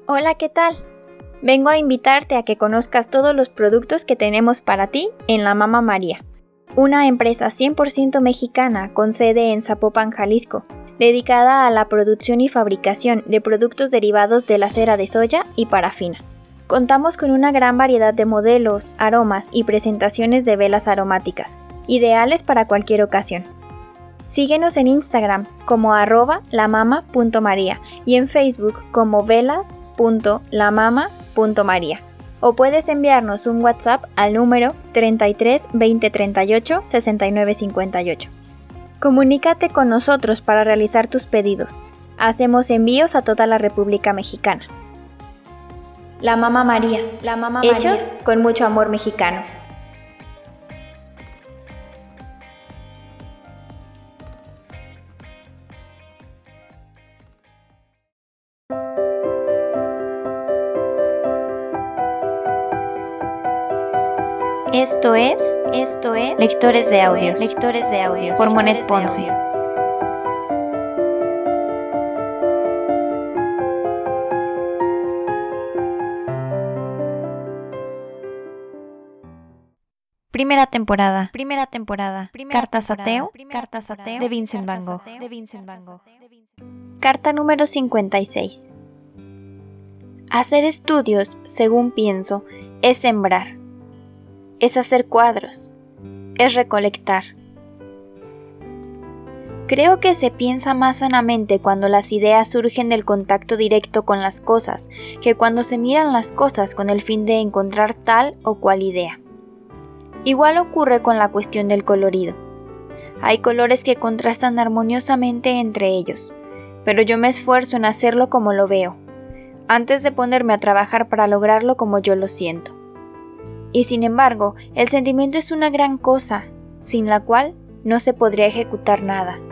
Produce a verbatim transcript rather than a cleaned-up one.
Hola, ¿qué tal? Vengo a invitarte a que conozcas todos los productos que tenemos para ti en La Mama María, una empresa cien por ciento mexicana con sede en Zapopan, Jalisco, dedicada a la producción y fabricación de productos derivados de la cera de soya y parafina. Contamos con una gran variedad de modelos, aromas y presentaciones de velas aromáticas, ideales para cualquier ocasión. Síguenos en Instagram como arroba lamama punto maría y en Facebook como velas punto lamama punto maría. O puedes enviarnos un WhatsApp al número treinta y tres veinte treinta y ocho sesenta y nueve cincuenta y ocho. Comunícate con nosotros para realizar tus pedidos. Hacemos envíos a toda la República Mexicana. La Mama María, la Mama Hechos María. Con mucho amor mexicano. Esto es, esto es Lectores de Audios, Lectores de Audios por Monet Ponce. Primera temporada, primera temporada, primera Cartas temporada, ateo, Cartas ateo de Vincent Van Gogh, de Vincent Van Gogh. Carta número cincuenta y seis. Hacer estudios, según pienso, es sembrar. Es hacer cuadros, es recolectar. Creo que se piensa más sanamente cuando las ideas surgen del contacto directo con las cosas que cuando se miran las cosas con el fin de encontrar tal o cual idea. Igual ocurre con la cuestión del colorido. Hay colores que contrastan armoniosamente entre ellos, pero yo me esfuerzo en hacerlo como lo veo, antes de ponerme a trabajar para lograrlo como yo lo siento. Y sin embargo, el sentimiento es una gran cosa, sin la cual no se podría ejecutar nada.